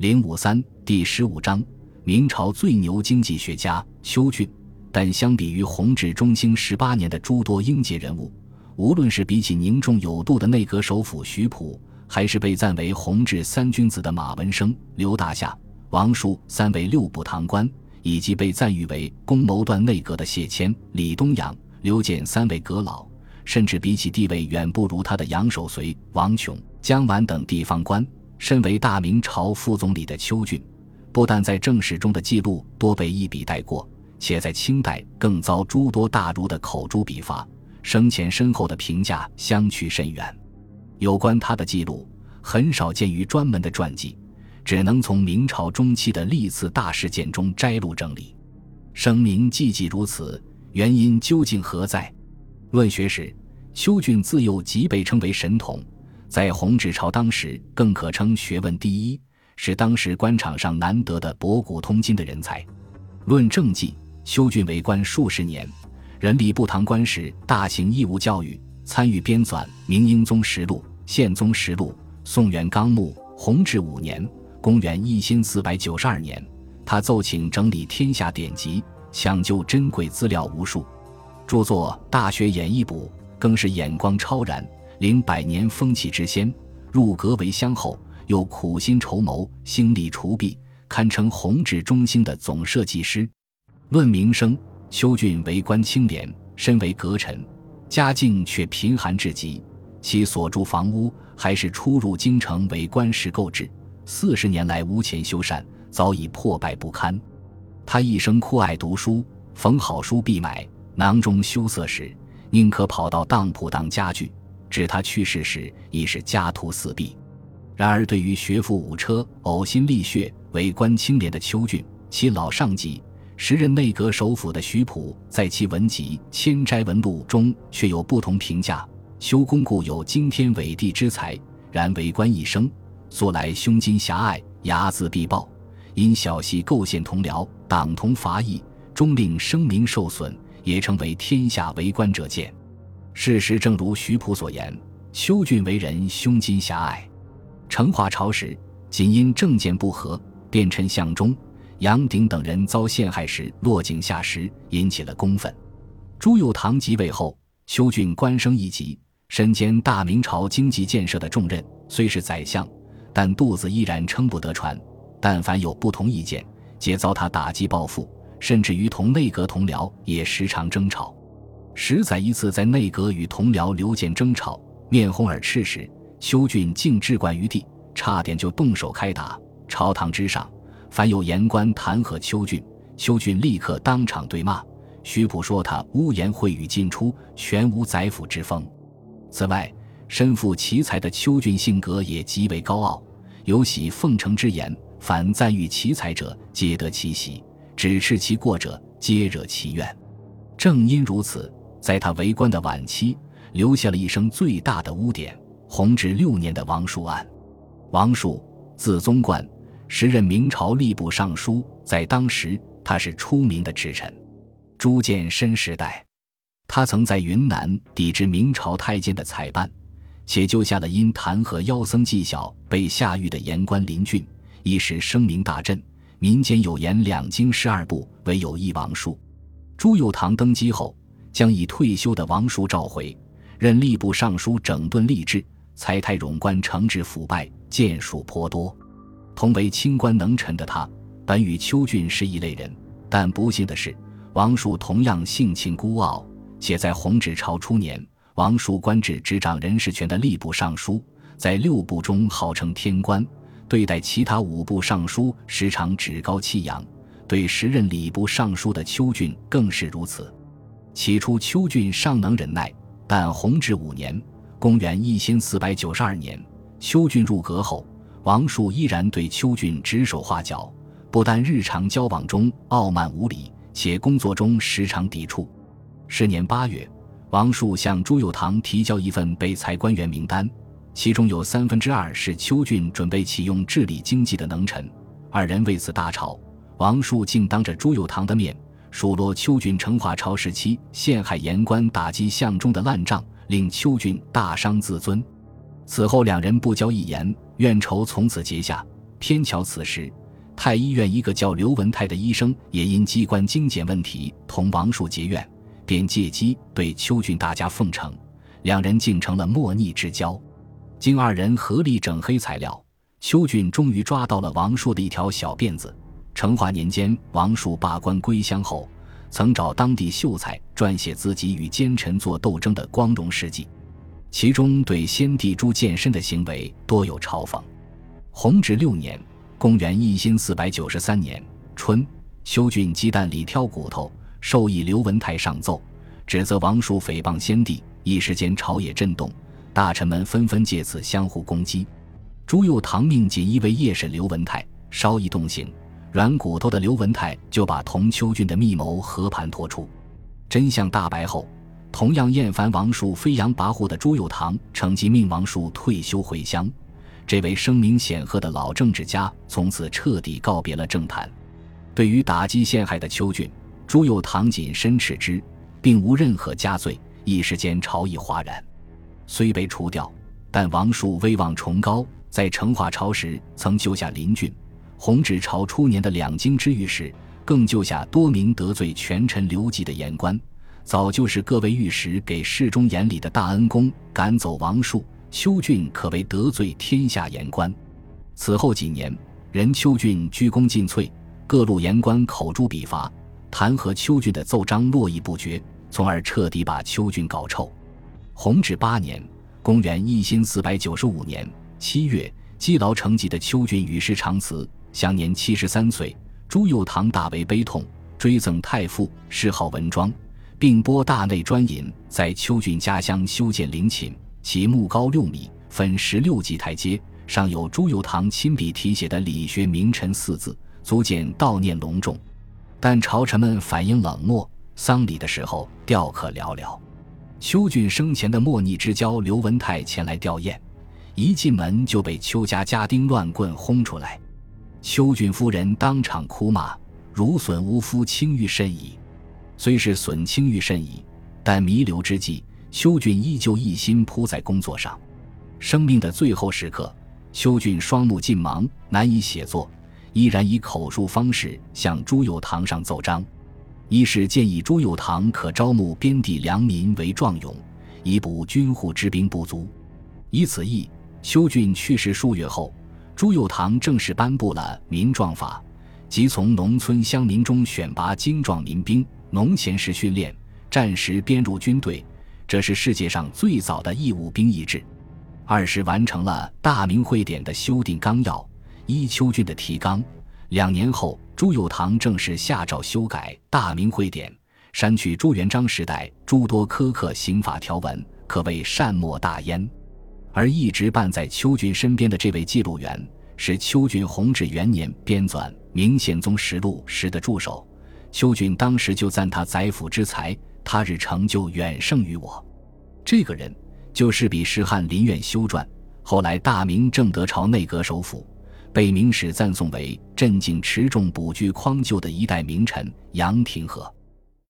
053第15章，明朝最牛经济学家邱俊。但相比于弘治中兴18年的诸多英杰人物，无论是比起凝重有度的内阁首辅徐溥，还是被赞为弘治三君子的马文生、刘大夏、王树三位六部堂官，以及被赞誉为公谋断内阁的谢谦、李东阳、刘建三位阁老，甚至比起地位远不如他的杨守绥、王琼、姜琬等地方官，身为大明朝副总理的邱俊，不但在正史中的记录多被一笔带过，且在清代更遭诸多大儒的口诛笔伐，生前身后的评价相去甚远。有关他的记录很少见于专门的传记，只能从明朝中期的历次大事件中摘录整理。声名寂寂如此，原因究竟何在？论学时，邱俊自幼即被称为神童，在弘治朝当时更可称学问第一，是当时官场上难得的博古通今的人才。论政绩，邱俊为官数十年，人吏部堂官时大行义务教育，参与编纂《明英宗实录》《宪宗实录》《宋元纲目》。弘治5年公元1492年，他奏请整理天下典籍，抢救珍贵资料无数，著作《大学演义补》更是眼光超然，领100年风气之先，入阁为乡后，又苦心筹谋，兴利除弊，堪称弘治中兴的总设计师。论名声，邱俊为官清廉，身为阁臣，家境却贫寒至极，其所住房屋还是出入京城为官时购置，40年来无钱修缮，早已破败不堪。他一生酷爱读书，逢好书必买，囊中羞涩时，宁可跑到当铺当家具，至他去世时已是家徒四壁。然而对于学富五车、呕心沥血、为官清廉的邱俊，其老上级时任内阁首辅的徐溥在其文集《千斋文录》中却有不同评价。邱公固有惊天伟地之才，然为官一生，素来胸襟狭隘，睚眦必报，因小戏构陷同僚，党同伐异，终令声名受损，也成为天下为官者见。事实正如徐溥所言，邱俊为人胸襟狭隘。成化朝时，仅因政见不合，便臣向忠、杨鼎等人遭陷害时落井下石，引起了公愤。朱佑樘即位后，邱俊官升一级，身兼大明朝经济建设的重任，虽是宰相，但肚子依然撑不得船，但凡有不同意见，皆遭他打击报复，甚至于同内阁同僚也时常争吵。实在一次在内阁与同僚刘建争吵，面红耳赤时，邱俊竟置冠于地，差点就动手开打。朝堂之上，凡有言官弹劾邱俊，邱俊立刻当场对骂。徐溥说他污言秽语尽出，全无宰辅之风。此外，身负奇才的邱俊性格也极为高傲，有喜奉承之言，凡赞誉奇才者皆得其喜，指斥其过者皆惹其怨。正因如此，在他为官的晚期，留下了一生最大的污点——弘治6年的王树案。王树，字宗贯，时任明朝吏部尚书，在当时他是出名的直臣。朱见深时代，他曾在云南抵制明朝太监的采办，且救下了因弹劾妖僧纪晓被下狱的言官林俊，一时声名大振，民间有言2京12部唯有一王树。朱佑樘登基后，将已退休的王树召回，任吏部尚书，整顿吏治，财泰冗官惩治腐败，建树颇多。同为清官能臣的他，本与邱俊是一类人，但不幸的是，王树同样性情孤傲，且在弘治朝初年，王树官至执掌人事权的吏部尚书，在6部中号称天官，对待其他5部尚书时常趾高气扬，对时任礼部尚书的邱俊更是如此。起初邱俊尚能忍耐，但弘治5年公元1492年，邱俊入阁后，王树依然对邱俊指手画脚，不但日常交往中傲慢无礼，且工作中时常抵触。是年8月，王树向朱佑樘提交一份被裁官员名单，其中有2/3是邱俊准备启用治理经济的能臣。2人为此大吵，王树竟当着朱佑樘的面数落邱俊成化朝时期陷害言官打击相中的烂账，令邱俊大伤自尊。此后2人不交一言，怨仇从此结下。 偏巧此时太医院一个叫刘文泰的医生也因机关精简问题同王树结怨，便借机对邱俊大加奉承，两人竟成了莫逆之交。经二人合力整黑材料，邱俊终于抓到了王树的一条小辫子。成化年间，王树罢官归乡后，曾找当地秀才撰写自己与奸臣作斗争的光荣事迹，其中对先帝朱见深的行为多有嘲讽。弘治6年，公元1493年春，邱俊鸡蛋里挑骨头，授意刘文泰上奏，指责王树诽谤先帝，一时间朝野震动，大臣们纷纷借此相互攻击。朱佑樘命锦衣卫夜审刘文泰，稍一动刑，软骨头的刘文泰就把同邱俊的密谋和盘托出。真相大白后，同样厌烦王树飞扬跋扈的朱佑樘乘机命王树退休回乡。这位声名显赫的老政治家从此彻底告别了政坛。对于打击陷害的邱俊，朱佑樘谨申斥之，并无任何加罪，一时间朝议哗然。虽被除掉，但王树威望崇高，在成化朝时曾救下林俊，弘治朝初年的两京知御史，更救下多名得罪权臣刘季的言官，早就是各位御史给事中眼里的大恩公。赶走王树，邱俊可谓得罪天下言官。此后几年，任邱俊鞠躬尽瘁，各路言官口诛笔伐，弹劾邱俊的奏章络绎不绝，从而彻底把邱俊搞臭。弘治8年，公元1495年7月，积劳成疾的邱俊与世长辞，享年73岁。朱佑樘大为悲痛，追赠太傅，谥号文庄，并拨大内专银在邱俊家乡修建陵寝，其墓高6米，分16级台阶，上有朱佑樘亲笔题写的理学名臣4字，足见悼念隆重。但朝臣们反应冷漠，丧礼的时候吊客寥寥。邱俊生前的莫逆之交刘文泰前来吊唁，一进门就被邱家家丁乱棍轰出来。邱俊夫人当场哭骂：“汝损吾夫清誉甚矣！”虽是损清誉甚矣，但弥留之际，邱俊依旧一心扑在工作上。生命的最后时刻，邱俊双目尽盲，难以写作，依然以口述方式向朱佑樘上奏章。一是建议朱佑樘可招募边地良民为壮勇，以补军户之兵不足。以此意，邱俊去世数月后，朱佑樘正式颁布了民壮法，即从农村乡民中选拔精壮民兵，农闲时训练，战时编入军队，这是世界上最早的义务兵役制。二是完成了大明会典的修订纲要，依邱俊的提纲，2年后朱佑樘正式下诏修改大明会典，删去朱元璋时代诸多苛刻刑法条文，可谓善莫大焉。而一直伴在邱俊身边的这位记录员，是邱俊弘治元年编纂《明宪宗实录》时的助手。邱俊当时就赞他宰辅之才，他日成就远胜于我。这个人就是比石汉林苑修撰，后来大明正德朝内阁首辅，被明史赞颂为镇静持重、补具匡救的一代名臣杨廷和。